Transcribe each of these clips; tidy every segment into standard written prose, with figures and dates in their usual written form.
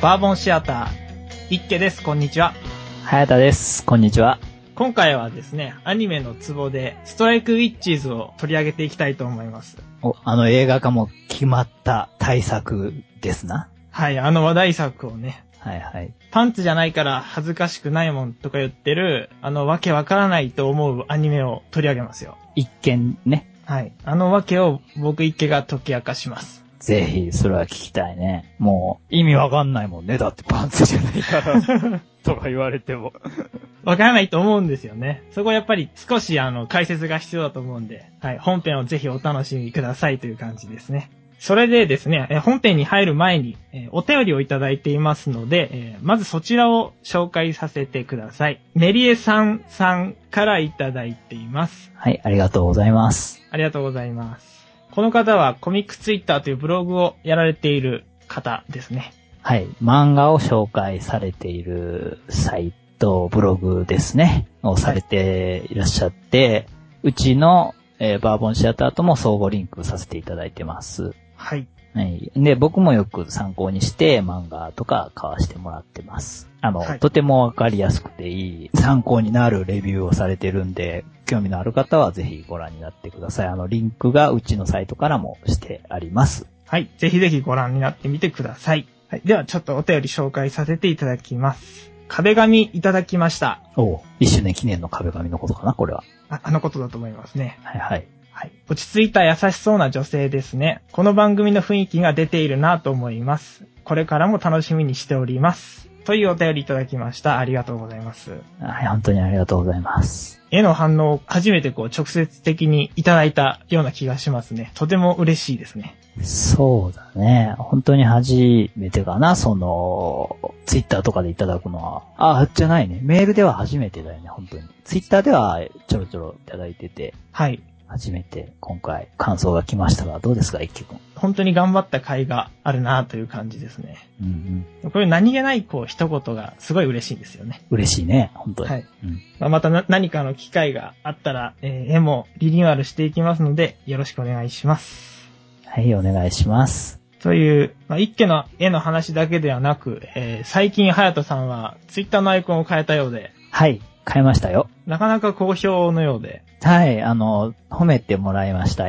バーボンシアター、一家です。こんにちは。 早田です。こんにちは。 今回はですね、アニメのツボでストライクウィッチーズを取り上げていきたいと思います。 映画化も決まった大作ですな。 はい、話題作をね。 はいはい。 パンツじゃないから恥ずかしくないもんとか言ってる、わけわからないと思うアニメを取り上げますよ。 一見ね。 はい。わけを僕一家が解き明かします。 ぜひ、それは聞きたいね。もう、意味わかんないもんね。だってパンツじゃないから。とか言われても。 わからないと思うんですよね。そこやっぱり少し解説が必要だと思うんで、はい。本編をぜひお楽しみくださいという感じですね。それでですね、本編に入る前に、お便りをいただいていますので、まずそちらを紹介させてください。メリエさんからいただいています。 はい、ありがとうございます。 ありがとうございます。この方はコミックツイッターというブログをやられている方ですね。 はい、漫画を紹介されているサイト、ブログですね。をされていらっしゃって、うちの、バーボンシアターとも相互リンクさせていただいてます。 はい。 はい。で、僕もよく参考にして漫画とか買わしてもらってます。はい、とてもわかりやすくていい参考になるレビューをされてるんで、興味のある方はぜひご覧になってください。リンクがうちのサイトからもしてあります。 はい。ぜひぜひご覧になってみてください。はい。ではちょっとお便り紹介させていただきます。壁紙いただきました。 1周年記念の壁紙のことかな、これは。 あのことだと思いますね。 はいはい。 はい。落ち着いた優しそうな女性ですね。この番組の雰囲気が出ているなと思います。これからも楽しみにしております。というお便りいただきました。ありがとうございます。 はい、本当にありがとうございます。 絵の反応を初めて直接的にいただいたような気がしますね。とても嬉しいですね。 そうだね。本当に初めてかな、ツイッターとかでいただくのは。じゃないね。メールでは初めてだよね、本当に。ツイッターではちょろちょろいただいてて。 はい。 初めて今回感想が来ましたが、どうですか、一輝くん。 本当に頑張った甲斐があるなという感じですね。 うんうん。 これ何気ない一言がすごい嬉しいんですよね。 嬉しいね、本当に。 はい。また何かの機会があったら、絵もリニューアルしていきますので、よろしくお願いします。 はい、お願いします。 という、一家の絵の話だけではなく、最近、隼人さんはツイッターのアイコンを変えたようで。 はい、変えましたよ。 なかなか好評のようで。 はい、褒めてもらいました。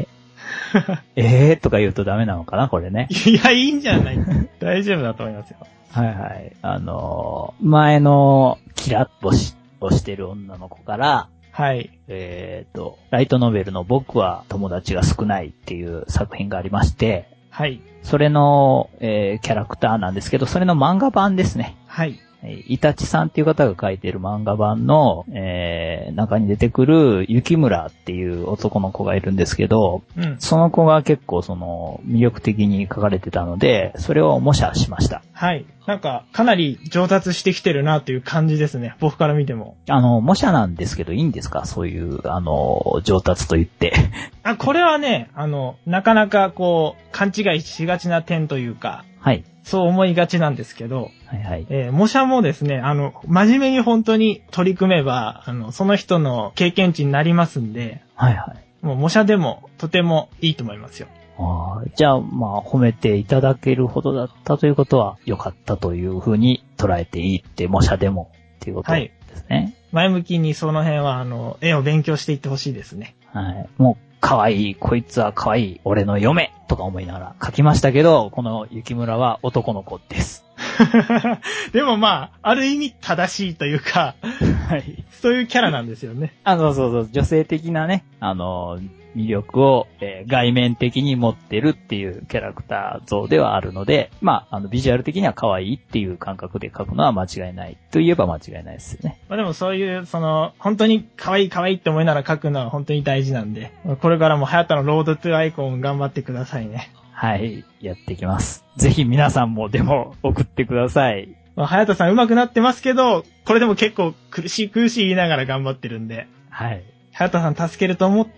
とか言うとダメなのかな、これね。 いや、いいんじゃない大丈夫だと思いますよ。 はいはい。前のキラッとしてる女の子から、 はい。 ライトノベルの僕は友達が少ないっていう作品がありまして、 はい。 それの、キャラクターなんですけど、それの漫画版ですね。 はい。 イタチさんっていう方が書いている漫画版の、中に出てくる雪村っていう男の子がいるんですけど、その子が結構魅力的に書かれてたので、それを模写しました。 はい。かなり上達してきてるなという感じですね。僕から見ても。 模写なんですけど、いいんですか？そういう、上達と言って。 これはね、なかなか勘違いしがちな点というか、 はい。 そう思いがちなんですけど、 はいはい。 模写もですね、真面目に本当に取り組めば、その人の経験値になりますんで、 はいはい。 もう模写でもとてもいいと思いますよ。 じゃあ、褒めていただけるほどだったということは、良かったというふうに捉えていいって、模写でもっていうことですね。はい。 前向きにその辺は、絵を勉強していってほしいですね。 はい。もう、可愛い、こいつは可愛い、俺の嫁とか思いながら書きましたけど、この雪村は男の子です。 でもある意味正しいというか、はい。そういうキャラなんですよね。 そう、女性的なね、魅力を、外面的に持ってるっていうキャラクター像ではあるので、ビジュアル的には可愛いっていう感覚で書くのは間違いないと言えば間違いないですよね。 でもそういう、本当に可愛いって思いながら書くのは本当に大事なんで、これからも隼人のロードトゥアイコン頑張ってくださいね。 はい、やっていきます。ぜひ皆さんもでも送ってください。 隼人さん上手くなってますけど、これでも結構苦しい言いながら頑張ってるんで。 はい。 隼人さん助けると思って、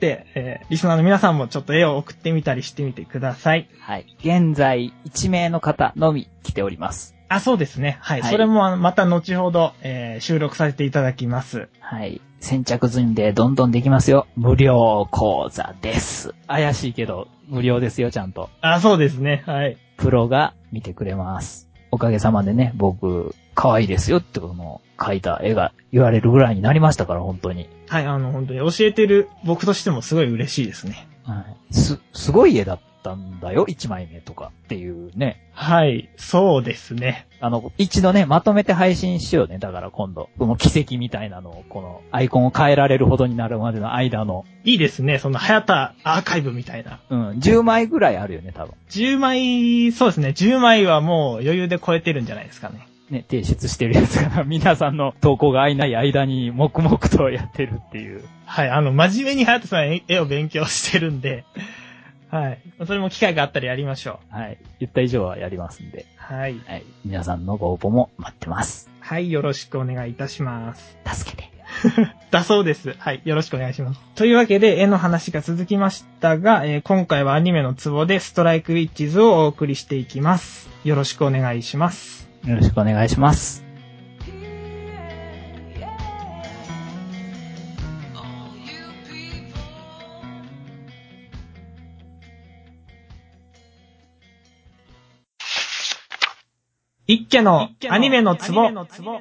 リスナーの皆さんもちょっと絵を送ってみたりしてみてください。 はい。現在1名の方のみ来ております。 そうですね。はい。それもまた後ほど、収録させていただきます。 はい。先着順でどんどんできますよ。無料講座です。怪しいけど、無料ですよ、ちゃんと。 そうですね。はい。 プロが見てくれます。 おかげさまでね、僕、可愛いですよってことの描いた絵が言われるぐらいになりましたから、本当に。 はい、本当に教えてる僕としてもすごい嬉しいですね。 はい。すごい絵だったんだよ、1枚目とかっていうね。 はい、そうですね。 一度ね、まとめて配信しようね。だから今度、この奇跡みたいなのを、このアイコンを変えられるほどになるまでの間の。 いいですね、その流行ったアーカイブみたいな。 うん、10枚ぐらいあるよね、多分。 10枚、そうですね、10枚はもう余裕で超えてるんじゃないですかね。 ね、提出してるやつが、皆さんの投稿が合いない間に黙々とやってるっていう。 はい、真面目に隼人さん絵を勉強してるんで、はい。それも機会があったらやりましょう。はい。言った以上はやりますんで。 はい。 はい。皆さんのご応募も待ってます。 はい、よろしくお願いいたします。 助けて。 だそうです。はい、よろしくお願いします。というわけで、絵の話が続きましたが、今回はアニメのツボでストライクウィッチズをお送りしていきます。よろしくお願いします。 よろしくお願いします。 一家のアニメのツボ。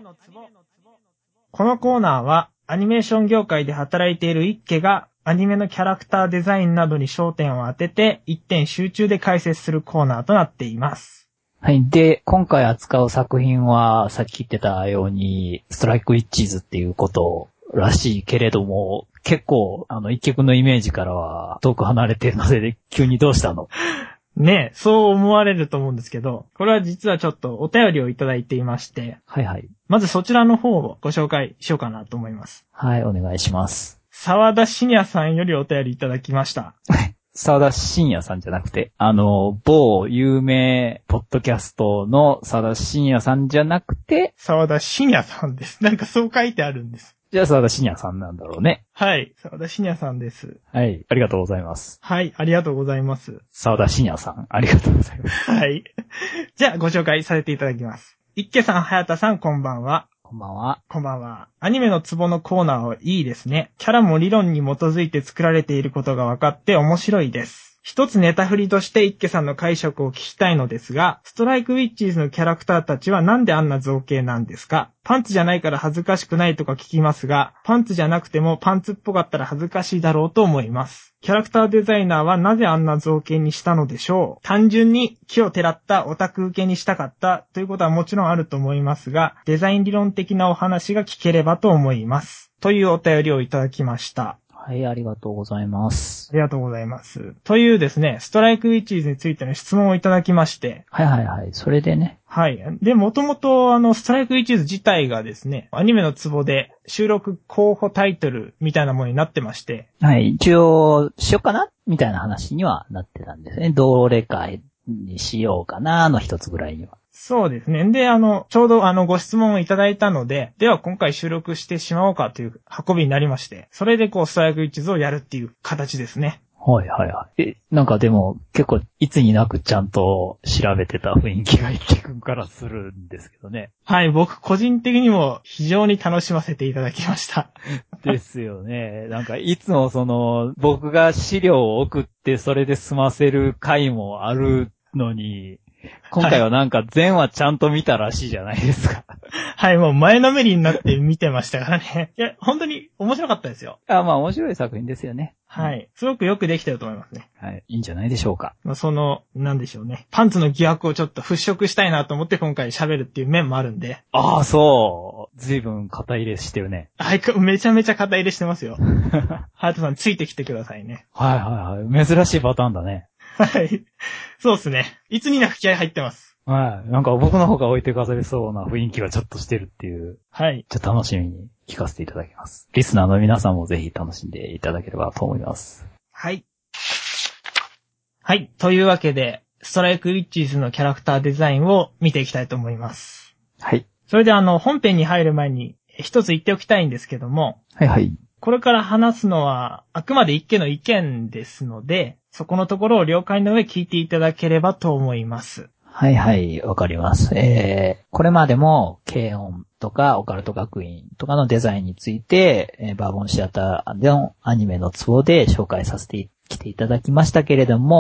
このコーナーはアニメーション業界で働いている一家がアニメのキャラクターデザインなどに焦点を当てて一点集中で解説するコーナーとなっています。 はい。で、今回扱う作品はさっき言ってたようにストライクウィッチーズっていうことらしいけれども、結構一家くんのイメージからは遠く離れているので、急にどうしたの？ ねえ、そう思われると思うんですけど、これは実はちょっとお便りをいただいていまして、 はいはい。 まずそちらの方をご紹介しようかなと思います。 はい、お願いします。 沢田信也さんよりお便りいただきました。 沢田信也さんじゃなくて、某有名ポッドキャストの沢田信也さんじゃなくて、 沢田信也さんです。なんかそう書いてあるんです。 じゃあ沢田信也さんなんだろうね。 はい。沢田信也さんです。 はい。ありがとうございます。 はい。ありがとうございます。 沢田信也さん、ありがとうございます。 はい。じゃあご紹介させていただきます。一家さん、早田さん、こんばんは。 こんばんは。 こんばんは。アニメのツボのコーナーはいいですね。キャラも理論に基づいて作られていることが分かって面白いです。一つネタ振りとして一家さんの解釈を聞きたいのですが、ストライクウィッチーズのキャラクターたちはなんであんな造形なんですか？パンツじゃないから恥ずかしくないとか聞きますが、パンツじゃなくてもパンツっぽかったら恥ずかしいだろうと思います。キャラクターデザイナーはなぜあんな造形にしたのでしょう？単純に木をてらったオタク受けにしたかったということはもちろんあると思いますが、デザイン理論的なお話が聞ければと思います。というお便りをいただきました。 はい、ありがとうございます。 ありがとうございます。というですね、ストライクウィッチーズについての質問をいただきまして。 はいはいはい。それでね。 はい。で、もともとストライクウィッチーズ自体がですね、アニメのツボで収録候補タイトルみたいなものになってまして。 はい。一応、しようかなみたいな話にはなってたんですね。どれかにしようかなの一つぐらいには。 そうですね。で、ちょうどご質問をいただいたので、では今回収録してしまおうかという運びになりまして、それでストライクウィッチーズをやるっていう形ですね。 はいはいはい。なんかでも結構いつになくちゃんと調べてた雰囲気が一輝くんからするんですけどね。 はい、僕個人的にも非常に楽しませていただきました。 ですよね。なんかいつも僕が資料を送ってそれで済ませる回もあるのに、今回はなんか全話ちゃんと見たらしいじゃないですか。 はい、もう前のめりになって見てましたからね。いや、本当に面白かったですよ。 まあ面白い作品ですよね。 はい。すごくよくできてると思いますね。 はい。いいんじゃないでしょうか。 なんでしょうね。パンツの疑惑をちょっと払拭したいなと思って今回喋るっていう面もあるんで。 ああ、そう。随分肩入れしてるね。 はい、めちゃめちゃ肩入れしてますよ。ハヤトさんついてきてくださいね。 はいはいはい。珍しいパターンだね。 はい。そうですね。いつになく気合入ってます。 はい。なんか僕の方が置いてかされそうな雰囲気がちょっとしてるっていう。 はい。 ちょっと楽しみに聞かせていただきます。リスナーの皆さんもぜひ楽しんでいただければと思います。 はい。はい。というわけで、ストライクウィッチーズのキャラクターデザインを見ていきたいと思います。 はい。 それで本編に入る前に一つ言っておきたいんですけども。 はいはい。 これから話すのはあくまで一家の意見ですので、そこのところを了解の上聞いていただければと思います。 はいはい、わかります。これまでも、軽音とかオカルト学院とかのデザインについて、バーボンシアターのアニメのツボで紹介させてきていただきましたけれども、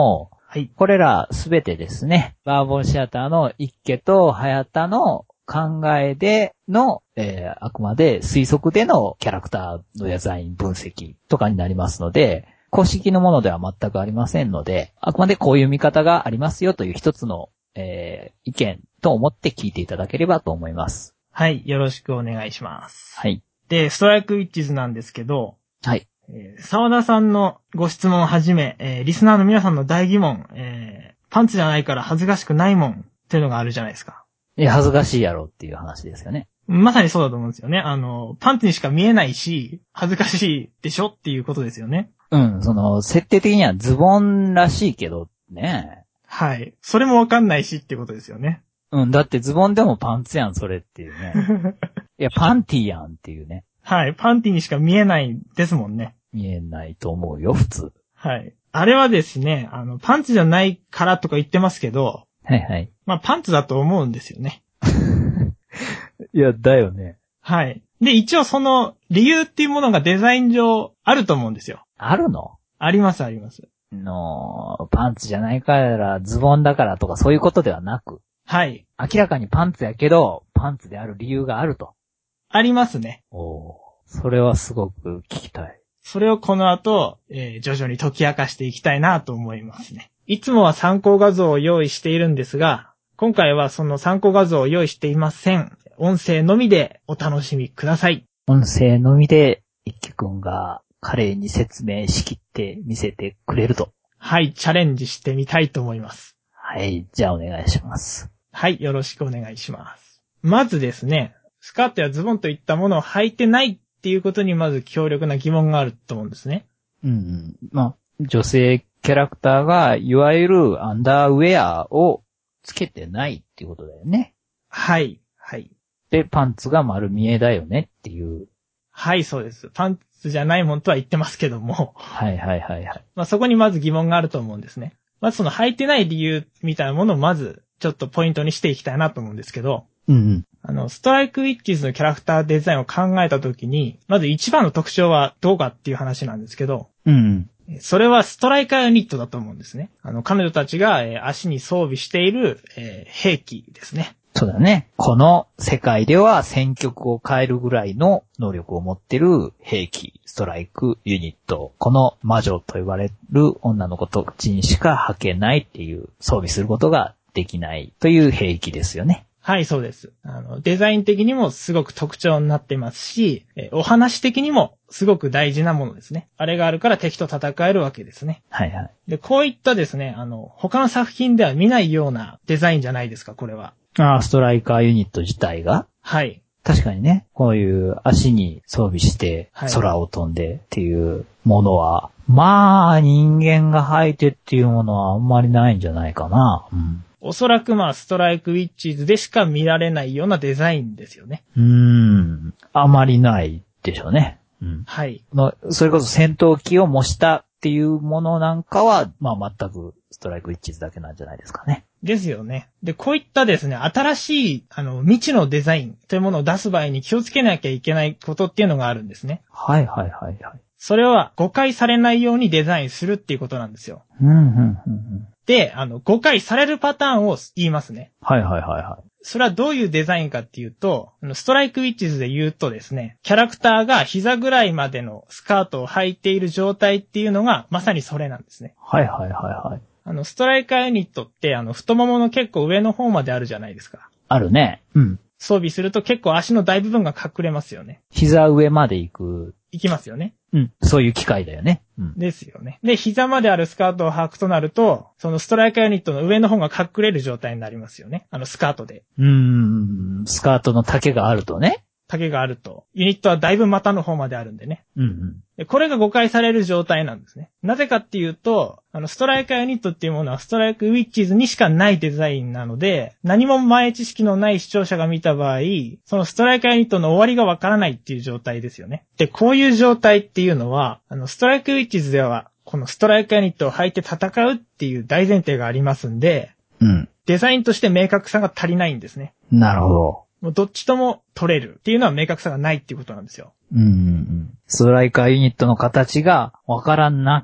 はい。 これらすべてですね、バーボンシアターの一家と早田の考えでの、あくまで推測でのキャラクターのデザイン分析とかになりますので、公式のものでは全くありませんので、あくまでこういう見方がありますよという一つの、意見と思って聞いていただければと思います。 はい。よろしくお願いします。 はい。 で、ストライクウィッチズなんですけど、 はい。 沢田さんのご質問をはじめ、リスナーの皆さんの大疑問、パンツじゃないから恥ずかしくないもんっていうのがあるじゃないですか。 いや、恥ずかしいやろっていう話ですよね。 まさにそうだと思うんですよね。パンツにしか見えないし、恥ずかしいでしょっていうことですよね。 うん、設定的にはズボンらしいけどね。 はい。それもわかんないしっていうことですよね。 うん、だってズボンでもパンツやん、それっていうね。いや、パンティーやんっていうね。 はい。パンティにしか見えないですもんね。 見えないと思うよ、普通。 はい。あれはですね、パンツじゃないからとか言ってますけど、 はいはい。 まあ、パンツだと思うんですよね。 いや、だよね。 はい。で、一応その理由っていうものがデザイン上あると思うんですよ。 あるの？ ありますあります。 パンツじゃないからズボンだからとかそういうことではなく。 はい。 明らかにパンツやけど、パンツである理由があると。 ありますね。 おー。それはすごく聞きたい。 それをこの後、徐々に解き明かしていきたいなと思いますね。いつもは参考画像を用意しているんですが、今回はその参考画像を用意していません。音声のみでお楽しみください。 音声のみで、一輝くんが華麗に説明しきって見せてくれると。 はい、チャレンジしてみたいと思います。 はい、じゃあお願いします。 はい、よろしくお願いします。まずですね、スカートやズボンといったものを履いてないっていうことにまず強力な疑問があると思うんですね。 うん。まあ、女性キャラクターがいわゆるアンダーウェアをつけてないっていうことだよね。 はい、はい。 で、パンツが丸見えだよねっていう。 はい、そうです。パンツじゃないもんとは言ってますけども。 はいはいはいはい。 まあそこにまず疑問があると思うんですね。まずその履いてない理由みたいなものをまずちょっとポイントにしていきたいなと思うんですけど。 うんうん。 ストライクウィッチーズのキャラクターデザインを考えたときに、まず一番の特徴はどうかっていう話なんですけど。 うんうん。 それはストライカーユニットだと思うんですね。彼女たちが足に装備している兵器ですね。 そうだね。この世界では戦局を変えるぐらいの能力を持ってる兵器、ストライクユニット。この魔女と呼ばれる女の子たちにしか履けないっていう、装備することができないという兵器ですよね。 はい、そうです。デザイン的にもすごく特徴になってますし、お話的にもすごく大事なものですね。あれがあるから敵と戦えるわけですね。 はいはい。 で、こういったですね、他の作品では見ないようなデザインじゃないですか、これは。 ああ、ストライカーユニット自体が？ はい。 確かにね、こういう足に装備して空を飛んでっていうものは、まあ人間が履いてっていうものはあんまりないんじゃないかな。うん。 おそらくストライクウィッチーズでしか見られないようなデザインですよね。 あまりないでしょうね。うん。 はい。 それこそ戦闘機を模したっていうものなんかは、まあ全くストライクウィッチーズだけなんじゃないですかね。 ですよね。で、こういったですね、新しい、未知のデザインというものを出す場合に気をつけなきゃいけないことっていうのがあるんですね。 はいはいはいはい。 それは誤解されないようにデザインするっていうことなんですよ。で、誤解されるパターンを言いますね。 はいはいはいはい。 それはどういうデザインかっていうと、ストライクウィッチーズで言うとですね、キャラクターが膝ぐらいまでのスカートを履いている状態っていうのがまさにそれなんですね。 はいはいはいはい。 ストライカーユニットって、太ももの結構上の方まであるじゃないですか。 あるね。うん。 装備すると結構足の大部分が隠れますよね。 膝上まで行きますよね。 うん。そういう機械だよね。 うん。ですよね。で、膝まであるスカートを履くとなると、そのストライカーユニットの上の方が隠れる状態になりますよね。スカートで。 スカートの丈があるとね。 丈があると。ユニットはだいぶ股の方まであるんでね。でこれが誤解される状態なんですね。なぜかっていうと、ストライカーユニットっていうものはストライクウィッチーズにしかないデザインなので、何も前知識のない視聴者が見た場合、そのストライカーユニットの終わりがわからないっていう状態ですよね。で、こういう状態っていうのは、ストライクウィッチーズでは、このストライカーユニットを履いて戦うっていう大前提がありますんで、デザインとして明確さが足りないんですね。 なるほど。 もうどっちとも取れるっていうのは明確さがないっていうことなんですよ。 ストライカーユニットの形がわからなく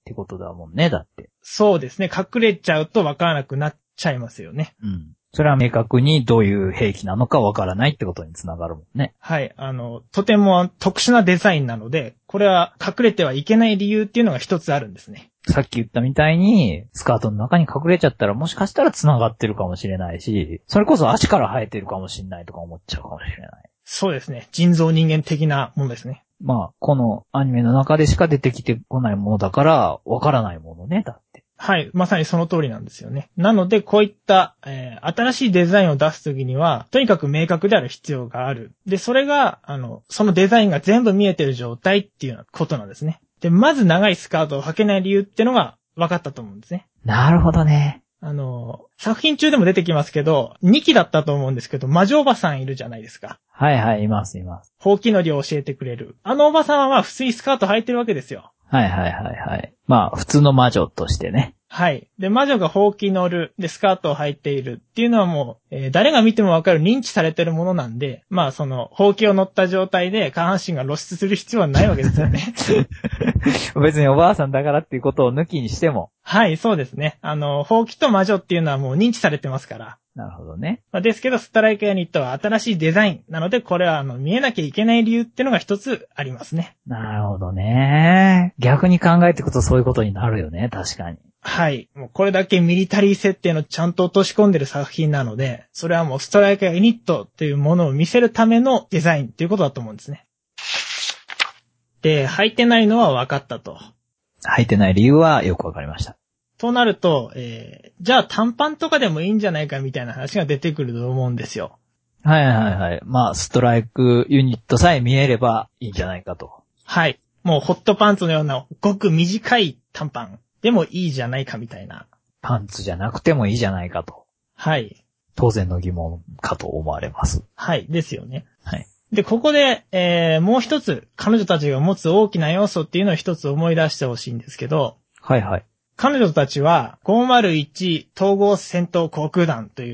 ってことだもんね、だって。 そうですね。隠れちゃうとわからなくなっちゃいますよね。 うん。それは明確にどういう兵器なのかわからないってことにつながるもんね。 はい。とても特殊なデザインなので、これは隠れてはいけない理由っていうのが一つあるんですね。 さっき言ったみたいに、スカートの中に隠れちゃったらもしかしたら繋がってるかもしれないし、それこそ足から生えてるかもしれないとか思っちゃうかもしれない。 そうですね。人造人間的なものですね。 まあ、このアニメの中でしか出てきてこないものだから、わからないものね、だって。 はい。まさにその通りなんですよね。なので、こういった、新しいデザインを出すときには、とにかく明確である必要がある。で、それが、そのデザインが全部見えてる状態っていうようなことなんですね。で、まず長いスカートを履けない理由っていうのが分かったと思うんですね。 なるほどね。 作品中でも出てきますけど、2期だったと思うんですけど、魔女おばさんいるじゃないですか。 はいはい、います。 ほうき乗りを教えてくれる。あのおばさんは普通にスカート履いてるわけですよ。 はい。まあ、普通の魔女としてね。 はい。で、魔女がほうき乗る。で、スカートを履いているっていうのはもう、誰が見てもわかる認知されてるものなんで、まあ、ほうきを乗った状態で下半身が露出する必要はないわけですよね。 別におばあさんだからっていうことを抜きにしても。 はい、そうですね。ほうきと魔女っていうのはもう認知されてますから。 なるほどね。 まあ、ですけど、ストライクユニットは新しいデザインなので、これは見えなきゃいけない理由っていうのが一つありますね。 なるほどね。逆に考えていくとそういうことになるよね、確かに。 はい。もうこれだけミリタリー設定のちゃんと落とし込んでる作品なので、それはもうストライクユニットというものを見せるためのデザインっていうことだと思うんですね。で、履いてないのは分かったと。 履いてない理由はよくわかりました。 となると、じゃあ短パンとかでもいいんじゃないかみたいな話が出てくると思うんですよ。 はい。まあ、ストライクユニットさえ見えればいいんじゃないかと。 はい。もうホットパンツのようなごく短い短パンでもいいじゃないかみたいな。 パンツじゃなくてもいいじゃないかと。 はい。 当然の疑問かと思われます。 はい。ですよね。 はい。 で、ここで、もう一つ、彼女たちが持つ大きな要素っていうのを一つ思い出してほしいんですけど、 はい。 彼女たちは、501統合戦闘航空団という、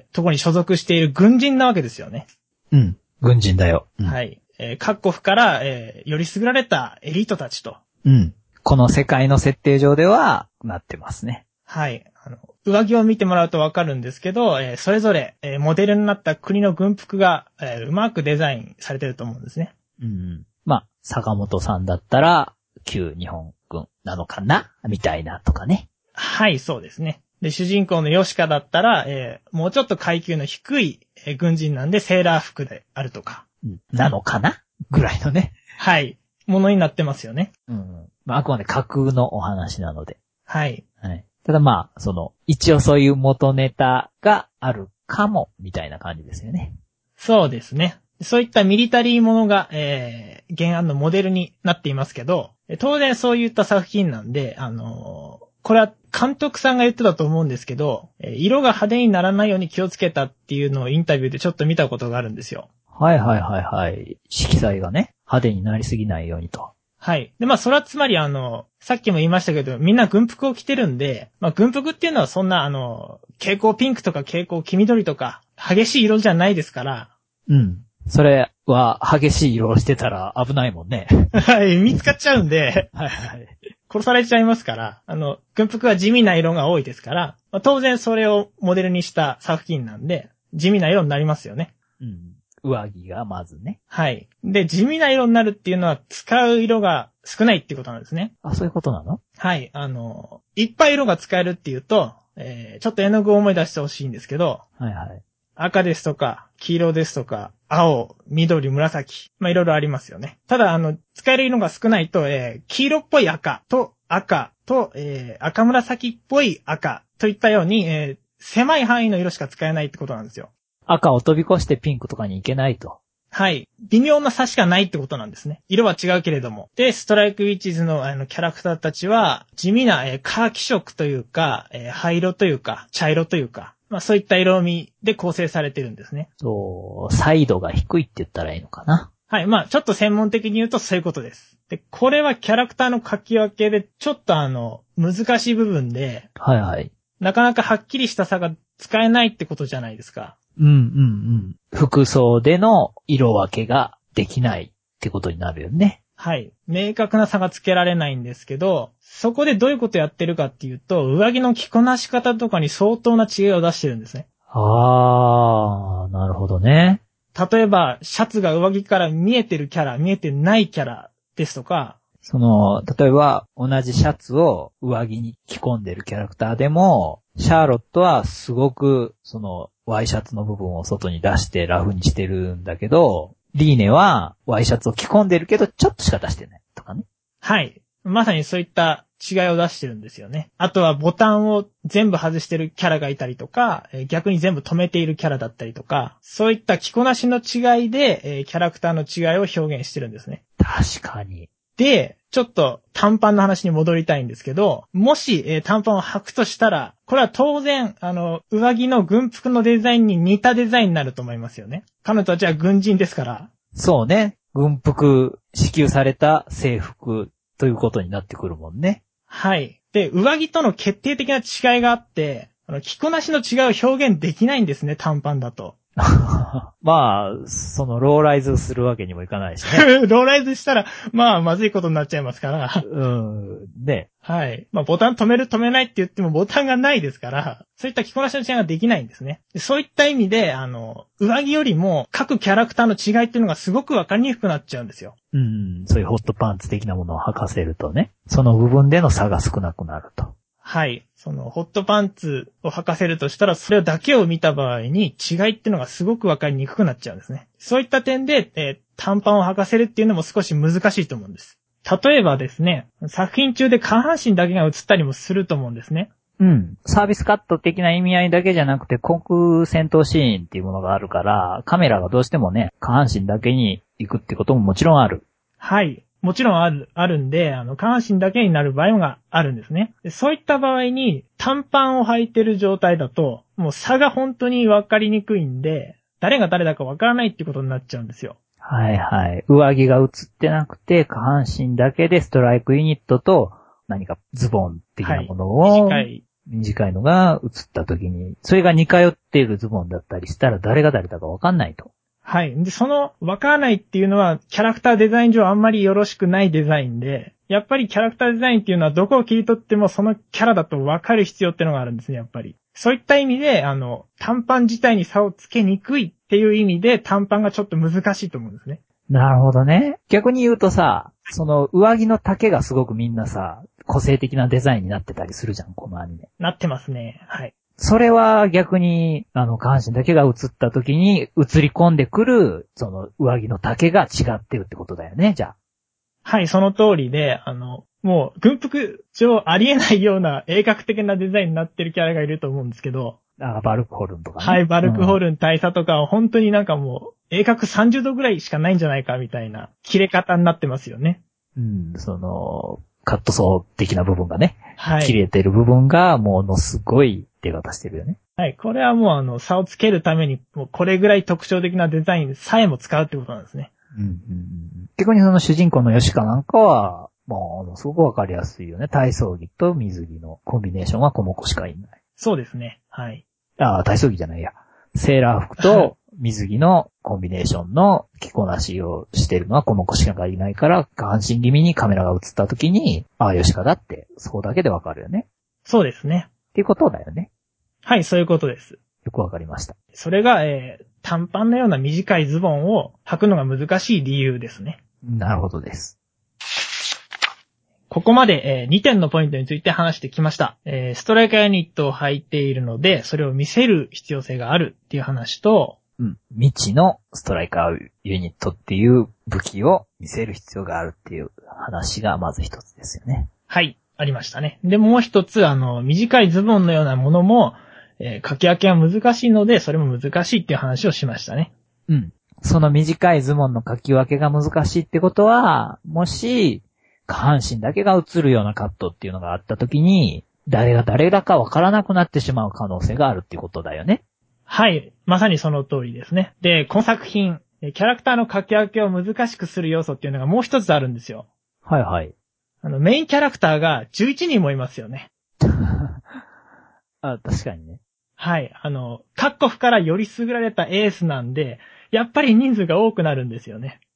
ところに所属している軍人なわけですよね。 うん。軍人だよ。うん、 はい。各国から、より優れたエリートたちと。 うん。この世界の設定上では、なってますね。 はい。上着を見てもらうとわかるんですけど、それぞれ、モデルになった国の軍服が、うまくデザインされてると思うんですね。 うん。まあ、坂本さんだったら、旧日本軍なのかなみたいなとかね。 はい、そうですね。で、主人公のヨシカだったら、もうちょっと階級の低い、軍人なんでセーラー服であるとか。 なのかなぐらいのね。 はい。ものになってますよね。 うん。まあ、あくまで架空のお話なので。 はい。 はい。ただまあ、一応そういう元ネタがあるかも、みたいな感じですよね。 そうですね。そういったミリタリーものが、原案のモデルになっていますけど、当然そういった作品なんで、これは監督さんが言ってたと思うんですけど、色が派手にならないように気をつけたっていうのをインタビューでちょっと見たことがあるんですよ。 はい。色彩がね、派手になりすぎないようにと。 はい。で、まあ、それはつまりさっきも言いましたけど、みんな軍服を着てるんで、まあ、軍服っていうのはそんな蛍光ピンクとか蛍光黄緑とか、激しい色じゃないですから。 うん。それは激しい色をしてたら危ないもんね。 はい、見つかっちゃうんで。 はい。 殺されちゃいますから、軍服は地味な色が多いですから、まあ、当然それをモデルにした作品なんで、地味な色になりますよね。 うん。上着がまずね。 はい。で、地味な色になるっていうのは使う色が少ないっていうことなんですね。 あ、そういうことなの？ はい。いっぱい色が使えるっていうと、ちょっと絵の具を思い出してほしいんですけど、 はい。 赤ですとか、黄色ですとか、青、緑、紫。まあ、いろいろありますよね。ただ、使える色が少ないと、黄色っぽい赤と、赤紫っぽい赤といったように、狭い範囲の色しか使えないってことなんですよ。 赤を飛び越してピンクとかに行けないと。 はい。微妙な差しかないってことなんですね。色は違うけれども。で、ストライクウィッチズのキャラクターたちは、地味な、カーキ色というか、灰色というか、茶色というか、まあそういった色味で構成されてるんですね。 そう、彩度が低いって言ったらいいのかな。 はい。まあちょっと専門的に言うとそういうことです。で、これはキャラクターの書き分けで、ちょっと難しい部分で、 はい。 なかなかはっきりした差が使えないってことじゃないですか。 うん。服装での色分けができないってことになるよね。 はい。明確な差がつけられないんですけど、そこでどういうことやってるかっていうと、上着の着こなし方とかに相当な違いを出してるんですね。 あー、なるほどね。 例えば、シャツが上着から見えてるキャラ、見えてないキャラですとか、 例えば、同じシャツを上着に着込んでるキャラクターでも、シャーロットはすごく、ワイシャツの部分を外に出してラフにしてるんだけど、リーネはワイシャツを着込んでるけど、ちょっとしか出してないとかね。 はい。まさにそういった違いを出してるんですよね。あとはボタンを全部外してるキャラがいたりとか、逆に全部止めているキャラだったりとか、そういった着こなしの違いで、キャラクターの違いを表現してるんですね。 確かに。 で、ちょっと短パンの話に戻りたいんですけど、もし、短パンを履くとしたら、これは当然、上着の軍服のデザインに似たデザインになると思いますよね。彼女たちは軍人ですから。 そうね。軍服、支給された制服ということになってくるもんね。 はい。で、上着との決定的な違いがあって、着こなしの違いを表現できないんですね、短パンだと。 まあ、ローライズするわけにもいかないしね。 ローライズしたら、まずいことになっちゃいますから。 ね。 はい。ボタン止める止めないって言ってもボタンがないですから、そういった着こなしの違いができないんですね。そういった意味で、上着よりも各キャラクターの違いっていうのがすごくわかりにくくなっちゃうんですよ。 そういうホットパンツ的なものを履かせるとね、その部分での差が少なくなると。 はい。ホットパンツを履かせるとしたら、それだけを見た場合に違いっていうのがすごくわかりにくくなっちゃうんですね。そういった点で、短パンを履かせるっていうのも少し難しいと思うんです。例えばですね、作品中で下半身だけが映ったりもすると思うんですね。 サービスカット的な意味合いだけじゃなくて、航空戦闘シーンっていうものがあるから、カメラがどうしてもね、下半身だけに行くってことももちろんある。 はい。もちろんあるんで、下半身だけになる場合があるんですね。そういった場合に、短パンを履いてる状態だと、もう差が本当に分かりにくいんで、誰が誰だか分からないってことになっちゃうんですよ。 はいはい。上着が映ってなくて、下半身だけでストライクユニットと何かズボン的なものを、短いのが映った時に、それが似通っているズボンだったりしたら誰が誰だか分かんないと。 はい。で、分からないっていうのは、キャラクターデザイン上あんまりよろしくないデザインで、やっぱりキャラクターデザインっていうのはどこを切り取ってもそのキャラだと分かる必要ってのがあるんですね、やっぱり。そういった意味で、短パン自体に差をつけにくいっていう意味で、短パンがちょっと難しいと思うんですね。 なるほどね。逆に言うとさ、上着の丈がすごくみんなさ、個性的なデザインになってたりするじゃん、このアニメ。 なってますね。はい。 それは逆に、下半身だけが映った時に映り込んでくる、上着の丈が違ってるってことだよね、じゃあ。 はい、その通りで、もう、軍服上ありえないような鋭角的なデザインになってるキャラがいると思うんですけど。 バルクホルンとかね。 はい、バルクホルン大佐とかは本当になんかもう、鋭角30度ぐらいしかないんじゃないかみたいな切れ方になってますよね。 カットソー的な部分がね。 はい。 切れてる部分がものすごい出方してるよね。 はい。これはもう差をつけるために、もうこれぐらい特徴的なデザインさえも使うってことなんですね。 逆に主人公のヨシカなんかは、もうすごくわかりやすいよね。体操着と水着のコンビネーションはこの子しかいない。 そうですね。はい。 体操着じゃないや。セーラー服と水着のコンビネーションの着こなしをしてるのはこの子しかいないから、下半身気味にカメラが映った時に、ヨシカだって、そこだけでわかるよね。 そうですね。 っていうことだよね。 はい、そういうことです。 よくわかりました。 それが、短パンのような短いズボンを履くのが難しい理由ですね。 なるほどです。 ここまで、2点のポイントについて話してきました。ストライカーユニットを履いているので、それを見せる必要性があるっていう話と、 未知のストライカーユニットっていう武器を見せる必要があるっていう話がまず一つですよね。 はい、ありましたね。で、もう一つ、短いズボンのようなものも、書き分けは難しいので、それも難しいっていう話をしましたね。 その短いズボンの書き分けが難しいってことは、もし、下半身だけが映るようなカットっていうのがあった時に、誰が誰だかわからなくなってしまう可能性があるっていうことだよね。 はい。まさにその通りですね。で、この作品、キャラクターの書き分けを難しくする要素っていうのがもう一つあるんですよ。 はいはい。 メインキャラクターが11人もいますよね。 確かにね。 はい。各国からより優れられたエースなんで、やっぱり人数が多くなるんですよね。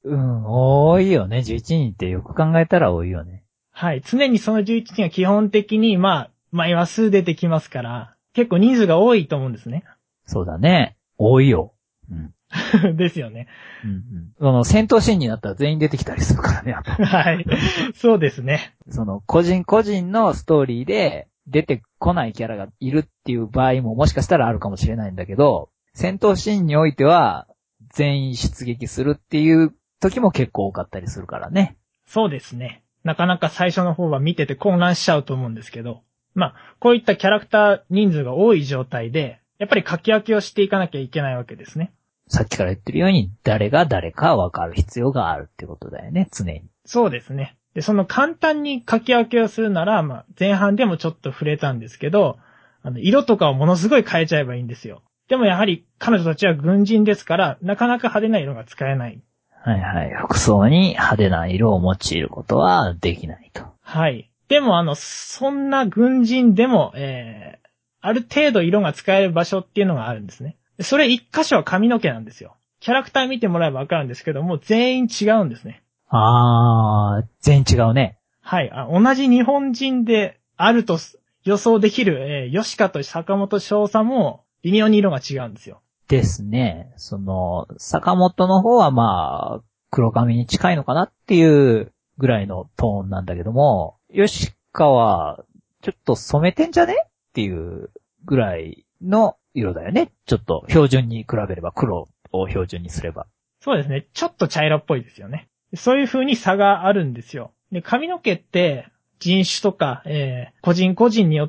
多いよね。11人ってよく考えたら多いよね。 はい。常にその11人が基本的に、毎話数出てきますから、結構人数が多いと思うんですね。 そうだね。多いよ。 ですよね。 戦闘シーンになったら全員出てきたりするからね、あと。 はい。そうですね。 個人個人のストーリーで出てこないキャラがいるっていう場合ももしかしたらあるかもしれないんだけど、戦闘シーンにおいては全員出撃するっていう時も結構多かったりするからね。 そうですね。なかなか最初の方は見てて混乱しちゃうと思うんですけど、こういったキャラクター人数が多い状態で、やっぱり書き分けをしていかなきゃいけないわけですね。 さっきから言ってるように、誰が誰か分かる必要があるってことだよね、常に。 そうですね。で、その簡単に書き分けをするなら、前半でもちょっと触れたんですけど、色とかをものすごい変えちゃえばいいんですよ。でもやはり彼女たちは軍人ですから、なかなか派手な色が使えない。 はいはい。服装に派手な色を用いることはできないと。 はい。でもそんな軍人でも、ある程度色が使える場所っていうのがあるんですね。それ一箇所は髪の毛なんですよ。キャラクター見てもらえばわかるんですけども、全員違うんですね。 全員違うね。 はい。同じ日本人であると予想できる、吉川と坂本翔さんも微妙に色が違うんですよ。 ですね。坂本の方は黒髪に近いのかなっていうぐらいのトーンなんだけども、吉川、ちょっと染めてんじゃねっていうぐらいの色だよね。ちょっと標準に比べれば、黒を標準にすれば。 そうですね。ちょっと茶色っぽいですよね。そういう風に差があるんですよ。で、髪の毛って人種とか、個人個人によって、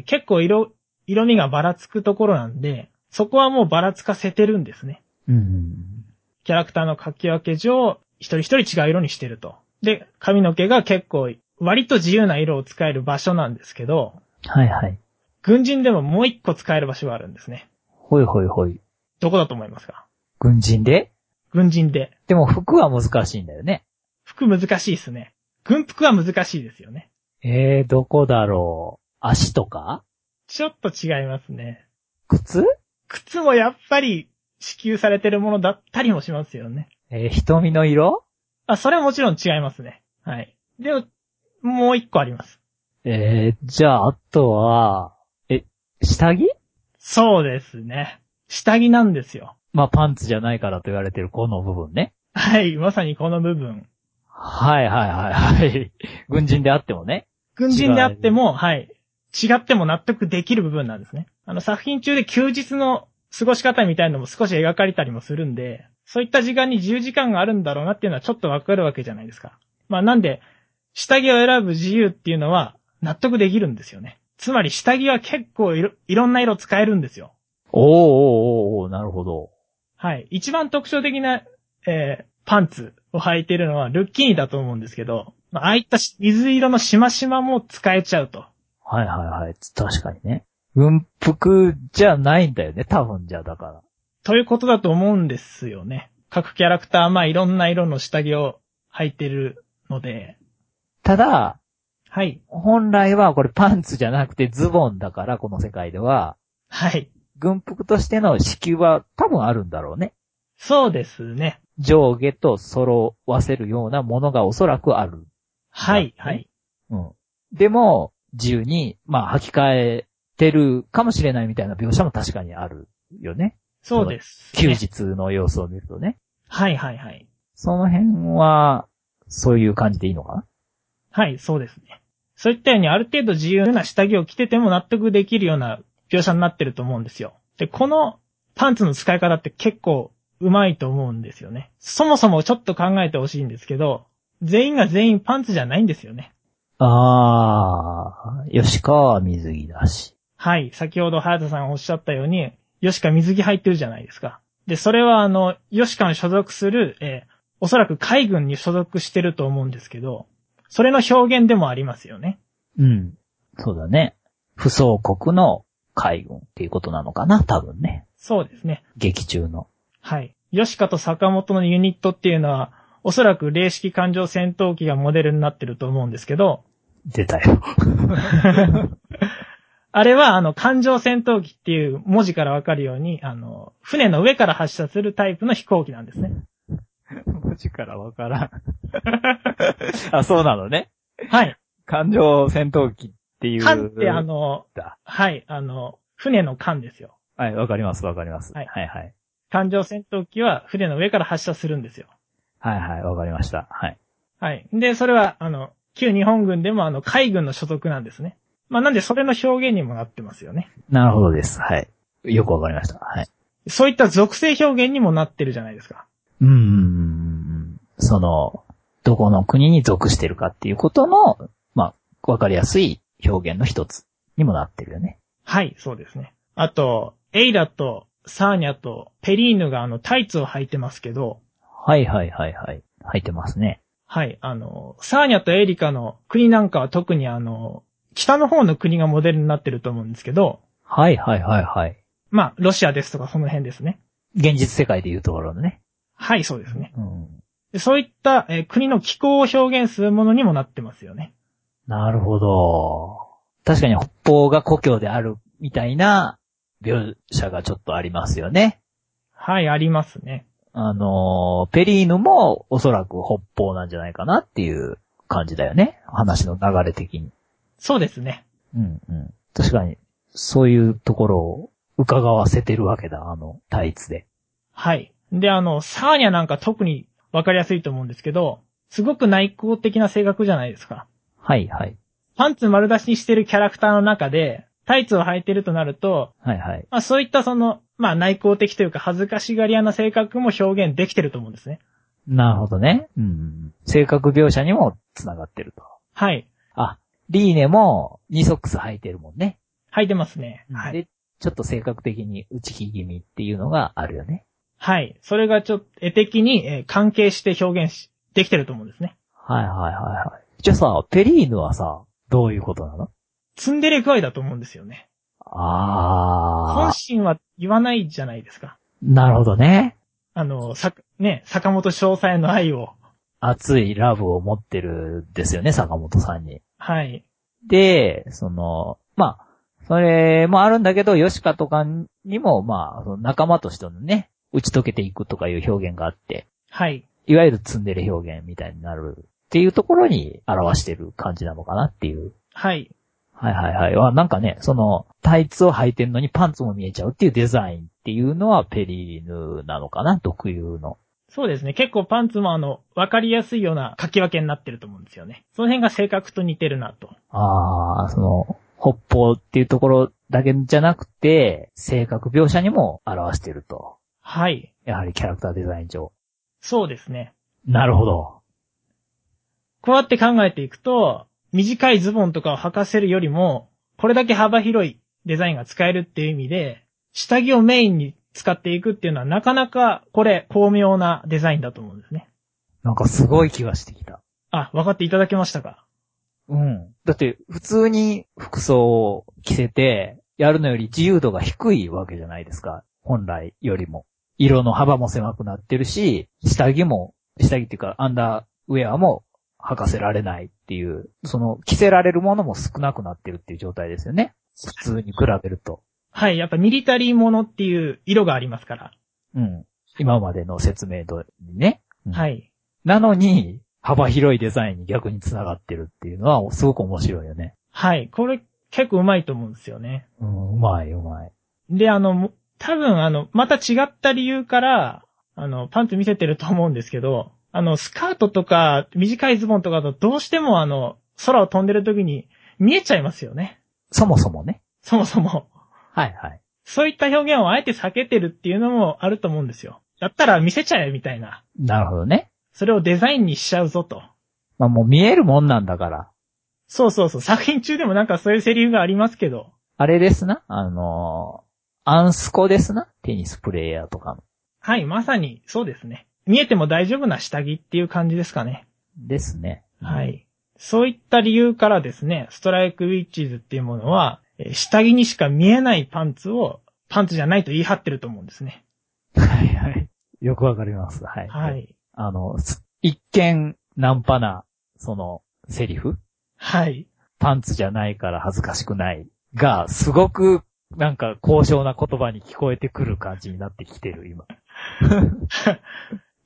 結構色味がばらつくところなんで、そこはもうばらつかせてるんですね。キャラクターの書き分け上、一人一人違う色にしてると。で、髪の毛が結構割と自由な色を使える場所なんですけど、 はいはい。 軍人でももう一個使える場所があるんですね。 ほいほいほい。 どこだと思いますか？ 軍人で？ 軍人で。 でも服は難しいんだよね。 服難しいですね。軍服は難しいですよね。 どこだろう。足とか？ ちょっと違いますね。 靴もやっぱり支給されてるものだったりもしますよね。 瞳の色？ それはもちろん違いますね。はい。でも、もう一個あります。 じゃあ、あとは、下着？ そうですね。下着なんですよ。 パンツじゃないからと言われてるこの部分ね。 はい、まさにこの部分。 はいはいはいはい。軍人であってもね。 軍人であっても、はい。違っても納得できる部分なんですね。作品中で休日の過ごし方みたいなのも少し描かれたりもするんで、そういった時間に自由時間があるんだろうなっていうのはちょっとわかるわけじゃないですか。なんで、下着を選ぶ自由っていうのは納得できるんですよね。つまり下着は結構いろんな色使えるんですよ。 おー、なるほど。 はい。一番特徴的な、パンツを履いているのはルッキーニだと思うんですけど、ああいった水色のしましまも使えちゃうと。 はいはいはい。確かにね。軍服じゃないんだよね、多分じゃあだから。 ということだと思うんですよね。各キャラクター、いろんな色の下着を履いてるので。 ただ、 はい。 本来はこれパンツじゃなくてズボンだから、この世界では。 はい。 軍服としての支給は多分あるんだろうね。 そうですね。 上下と揃わせるようなものがおそらくある。 はい、はい。 でも、自由に、履き替えてるかもしれないみたいな描写も確かにあるよね。 そうです、 ね。休日の様子を見るとね。 はい、はい、はい。 その辺は、そういう感じでいいのかな？ はい、そうですね。そういったようにある程度自由な下着を着てても納得できるような描写になってると思うんですよ。で、このパンツの使い方って結構うまいと思うんですよね。そもそもちょっと考えてほしいんですけど、全員が全員パンツじゃないんですよね。 吉川は水着だし。 はい、先ほど早田さんがおっしゃったように、吉川水着入ってるじゃないですか。で、それは吉川に所属する、おそらく海軍に所属してると思うんですけど、それの表現でもありますよね。 うん。そうだね。不装国の海軍っていうことなのかな、多分ね。 そうですね。 劇中の。 はい。吉川と坂本のユニットっていうのは、おそらく零式艦上戦闘機がモデルになってると思うんですけど。 出たよ。 あれは、艦上戦闘機っていう文字からわかるように、船の上から発射するタイプの飛行機なんですね。 文字からわからん。あ、そうなのね。 はい。 艦上戦闘機っていう。 艦ってはい、船の艦ですよ。 はい、わかります、わかります。 はいはい、はい。 艦上戦闘機は船の上から発射するんですよ。 はいはい、わかりました。はい。 はい。で、それは、旧日本軍でも海軍の所属なんですね。まあ、なんでそれの表現にもなってますよね。 なるほどです。はい。よくわかりました。はい。 そういった属性表現にもなってるじゃないですか。 どこの国に属してるかっていうことの、まあ、わかりやすい表現の一つにもなってるよね。 はい、そうですね。あと、エイラとサーニャとペリーヌがタイツを履いてますけど。 はいはいはいはい。履いてますね。 はい、サーニャとエリカの国なんかは特に北の方の国がモデルになってると思うんですけど。 はいはいはいはい。 まあ、ロシアですとかその辺ですね。 現実世界でいうところのね。 はい、そうですね。 うん、 でそういった、国の気候を表現するものにもなってますよね。 なるほど。確かに北方が故郷であるみたいな描写がちょっとありますよね。 はい、ありますね。 ペリーヌもおそらく北方なんじゃないかなっていう感じだよね。話の流れ的に。 そうですね。 うんうん。確かに、そういうところを伺わせてるわけだ、タイツで。 はい。で、サーニャなんか特にわかりやすいと思うんですけど、すごく内向的な性格じゃないですか。 はいはい。 パンツ丸出しにしてるキャラクターの中で、タイツを履いてるとなると、 はいはい。 まあそういったまあ内向的というか恥ずかしがり屋な性格も表現できてると思うんですね。 なるほどね。うん。性格描写にも繋がってると。 はい。 あ、リーネもニソックス履いてるもんね。 履いてますね。はい。 で、ちょっと性格的に内気気味っていうのがあるよね。 はい。それがちょっと絵的に関係して表現できてると思うんですね。 はいはいはいはい。じゃあさ、ペリーヌはさ、どういうことなの？ ツンデレ具合だと思うんですよね。本心は言わないじゃないですか。 なるほどね。 坂本翔さんへの愛を。 熱いラブを持ってるですよね、坂本さんに。 はい。 で、まあ、それもあるんだけど、ヨシカとかにも、まあ、仲間としてのね、打ち解けていくとかいう表現があって、 はい。 いわゆるツンデレ表現みたいになるっていうところに表してる感じなのかなっていう。 はい。 はいはいはい。なんかね、タイツを履いてんのにパンツも見えちゃうっていうデザインっていうのはペリーヌなのかな、特有の。 そうですね。結構パンツもわかりやすいような書き分けになってると思うんですよね。その辺が性格と似てるなと。 北方っていうところだけじゃなくて、性格描写にも表してると。 はい。 やはりキャラクターデザイン上。 そうですね。 なるほど。 こうやって考えていくと、短いズボンとかを履かせるよりも、これだけ幅広いデザインが使えるっていう意味で、下着をメインに使っていくっていうのはなかなかこれ巧妙なデザインだと思うんですね。 なんかすごい気がしてきた。 あ、分かっていただけましたか？ うん。だって普通に服装を着せてやるのより自由度が低いわけじゃないですか。本来よりも。色の幅も狭くなってるし、下着っていうかアンダーウェアも履かせられないっていう、着せられるものも少なくなってるっていう状態ですよね。普通に比べると。 はい、やっぱミリタリーものっていう色がありますから。 うん。今までの説明通りにね。 うん、はい。 なのに、幅広いデザインに逆に繋がってるっていうのはすごく面白いよね。 はい。これ結構うまいと思うんですよね。 うん、うまい、うまい。 で、多分また違った理由から、パンツ見せてると思うんですけど、スカートとか短いズボンとかだとどうしても空を飛んでる時に見えちゃいますよね。 そもそもね。 そもそも。 はいはい。 そういった表現をあえて避けてるっていうのもあると思うんですよ。だったら見せちゃえみたいな。 なるほどね。 それをデザインにしちゃうぞと。 まあもう見えるもんなんだから。 そうそうそう。作品中でもなんかそういうセリフがありますけど。 あれですな。アンスコですな。テニスプレイヤーとかの。 はい、まさにそうですね。見えても大丈夫な下着っていう感じですかね。 ですね。 はい。そういった理由からですね、ストライクウィッチーズっていうものは、下着にしか見えないパンツをパンツじゃないと言い張ってると思うんですね。 はいはい。よくわかります。はい。 はい。 一見ナンパな、セリフ？ はい。 パンツじゃないから恥ずかしくないが、すごくなんか高尚な言葉に聞こえてくる感じになってきてる、今。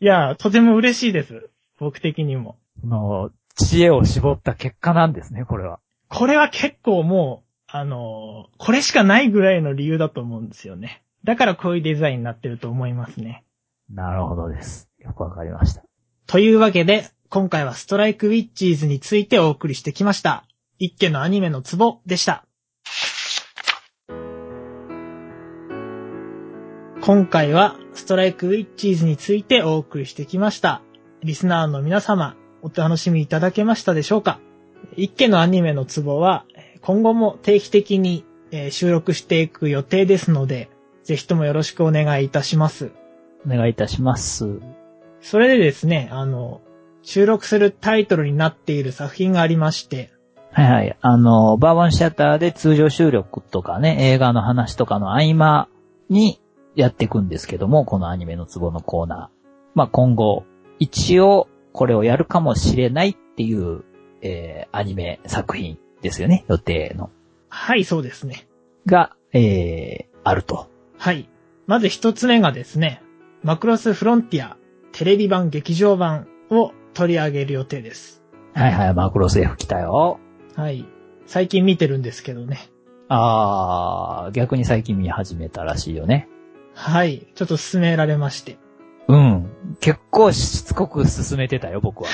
いや、とても嬉しいです。僕的にも。 知恵を絞った結果なんですね、これは。 これは結構もう、これしかないぐらいの理由だと思うんですよね。だからこういうデザインになってると思いますね。 なるほどです。よくわかりました。 というわけで、今回はストライクウィッチーズについてお送りしてきました。一家のアニメのツボでした。今回はストライクウィッチーズについてお送りしてきました。リスナーの皆様、お楽しみいただけましたでしょうか？一家のアニメのツボは今後も定期的に収録していく予定ですので、ぜひともよろしくお願いいたします。 お願いいたします。 それでですね、収録するタイトルになっている作品がありまして。 はいはい。バーバンシアターで通常収録とかね、映画の話とかの合間にやっていくんですけども、このアニメのツボのコーナー。まあ、今後、一応これをやるかもしれないっていう、アニメ作品ですよね、予定の。 はい、そうですね。 が、あると。 はい。まず一つ目がですね、マクロスフロンティアテレビ版劇場版を取り上げる予定です。 はいはい、マクロス F 来たよ。 はい。最近見てるんですけどね。 逆に最近見始めたらしいよね。 はい。ちょっと勧められまして。 うん。結構しつこく勧めてたよ、僕は。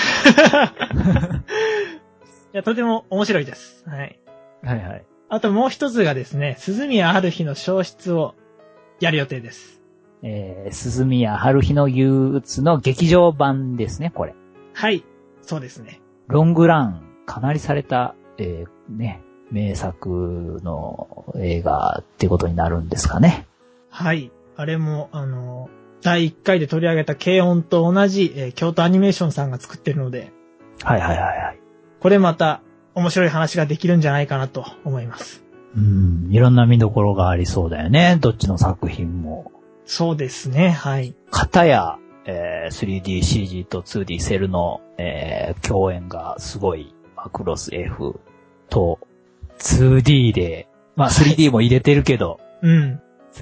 いや、とても面白いです。はい。 はいはい。 あともう一つがですね、鈴宮春日の消失をやる予定です。 鈴宮春日の憂鬱の劇場版ですね、これ。 はい。そうですね。 ロングラン、かなりされた、名作の映画ってことになるんですかね。 はい。あれも、第1回で取り上げた軽音と同じ、京都アニメーションさんが作ってるので。 はいはいはいはい。 これまた面白い話ができるんじゃないかなと思います。 いろんな見どころがありそうだよね。どっちの作品も。 そうですね、はい。 片や、3DCG と 2D セルの、共演がすごいマクロス F と 2D で、まあ 3D も入れてるけど、 うん。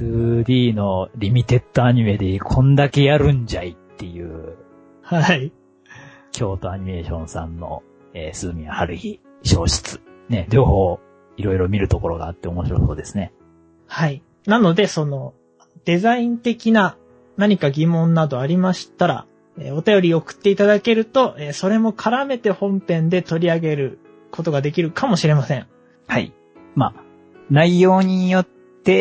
2D のリミテッドアニメでこんだけやるんじゃいっていう。 はい。 京都アニメーションさんの、鈴宮春日消失。ね、両方いろいろ見るところがあって面白そうですね。 はい。なので、デザイン的な何か疑問などありましたら、お便り送っていただけると、それも絡めて本編で取り上げることができるかもしれません。 はい。まあ、内容によって、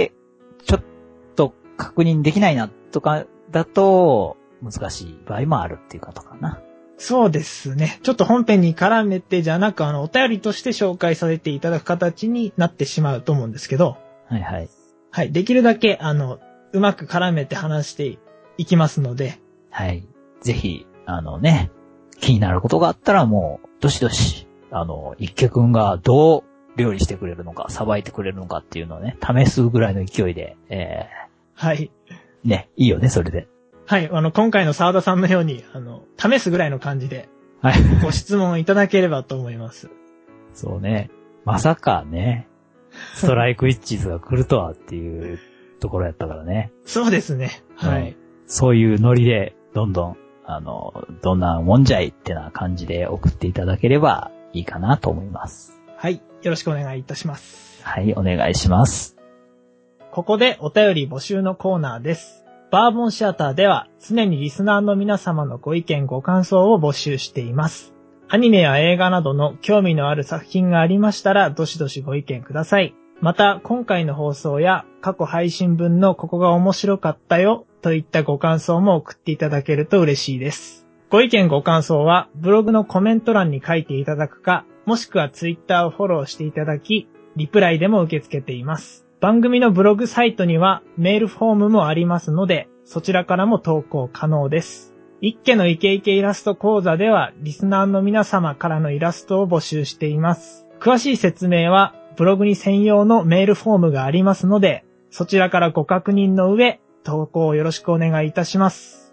ちょっと確認できないなとかだと、難しい場合もあるっていうことかな。 そうですね。ちょっと本編に絡めてじゃなく、お便りとして紹介させていただく形になってしまうと思うんですけど。 はいはい。 はい。できるだけ、うまく絡めて話していきますので。 はい。ぜひ、気になることがあったらもう、どしどし、一家くんがどう料理してくれるのか、さばいてくれるのかっていうのをね、試すぐらいの勢いで、 はい。 ね、いいよね、それで。 はい。今回の沢田さんのように、試すぐらいの感じで、 はい。 ご質問いただければと思います。 そうね。まさかね、ストライクウィッチーズが来るとはっていうところやったからね。 そうですね。はい。 そういうノリで、どんどん、どんなもんじゃいってな感じで送っていただければいいかなと思います。 はい。よろしくお願いいたします。 はい、お願いします。 ここでお便り募集のコーナーです。バーボンシアターでは常にリスナーの皆様のご意見ご感想を募集しています。アニメや映画などの興味のある作品がありましたらどしどしご意見ください。また今回の放送や過去配信分のここが面白かったよといったご感想も送っていただけると嬉しいです。ご意見ご感想はブログのコメント欄に書いていただくか、もしくはツイッターをフォローしていただき、リプライでも受け付けています。番組のブログサイトにはメールフォームもありますので、そちらからも投稿可能です。一家のイケイケイラスト講座では、リスナーの皆様からのイラストを募集しています。詳しい説明は、ブログに専用のメールフォームがありますので、そちらからご確認の上、投稿をよろしくお願いいたします。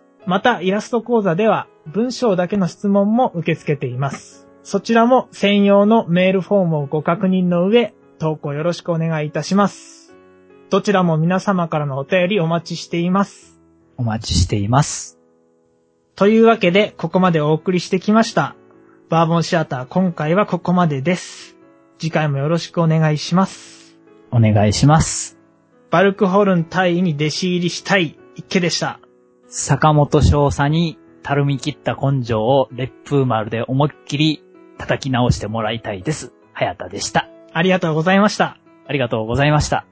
また、イラスト講座では、文章だけの質問も受け付けています。そちらも専用のメールフォームをご確認の上、投稿よろしくお願いいたします。どちらも皆様からのお便りお待ちしています。 お待ちしています。 というわけで、ここまでお送りしてきました。バーボンシアター、今回はここまでです。次回もよろしくお願いします。 お願いします。 バルクホルン大尉に弟子入りしたい一家でした。 坂本少佐にたるみ切った根性を烈風丸で思いっきり叩き直してもらいたいです。早田でした。 ありがとうございました。 ありがとうございました。